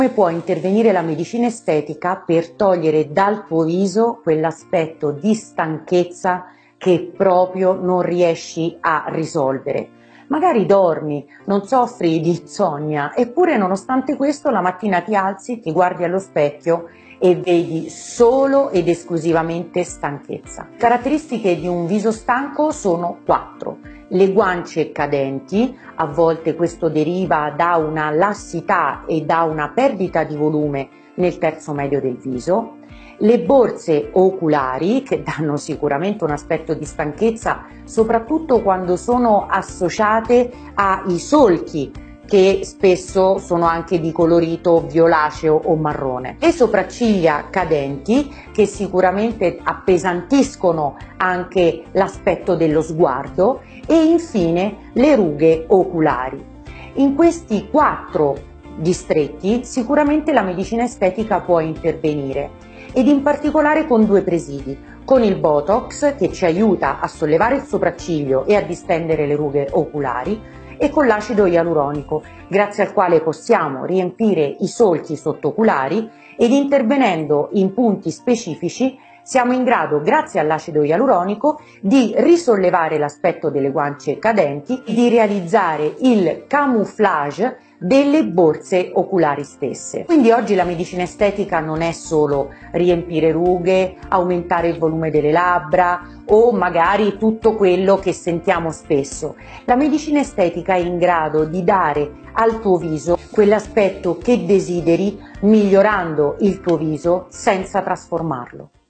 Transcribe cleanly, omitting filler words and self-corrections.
Come può intervenire la medicina estetica per togliere dal tuo viso quell'aspetto di stanchezza che proprio non riesci a risolvere? Magari dormi, non soffri di insonnia, eppure nonostante questo la mattina ti alzi, ti guardi allo specchio e vedi solo ed esclusivamente stanchezza. Caratteristiche di un viso stanco sono 4. Le guance cadenti, a volte questo deriva da una lassità e da una perdita di volume nel terzo medio del viso. Le borse oculari, che danno sicuramente un aspetto di stanchezza, soprattutto quando sono associate ai solchi, che spesso sono anche di colorito violaceo o marrone. Le sopracciglia cadenti, che sicuramente appesantiscono anche l'aspetto dello sguardo, e infine le rughe oculari. In questi 4 distretti sicuramente la medicina estetica può intervenire, ed in particolare con 2 presidi: con il Botox, che ci aiuta a sollevare il sopracciglio e a distendere le rughe oculari, e con l'acido ialuronico, grazie al quale possiamo riempire i solchi sottoculari, ed intervenendo in punti specifici siamo in grado, grazie all'acido ialuronico, di risollevare l'aspetto delle guance cadenti e di realizzare il camouflage delle borse oculari stesse. Quindi oggi la medicina estetica non è solo riempire rughe, aumentare il volume delle labbra o magari tutto quello che sentiamo spesso. La medicina estetica è in grado di dare al tuo viso quell'aspetto che desideri, migliorando il tuo viso senza trasformarlo.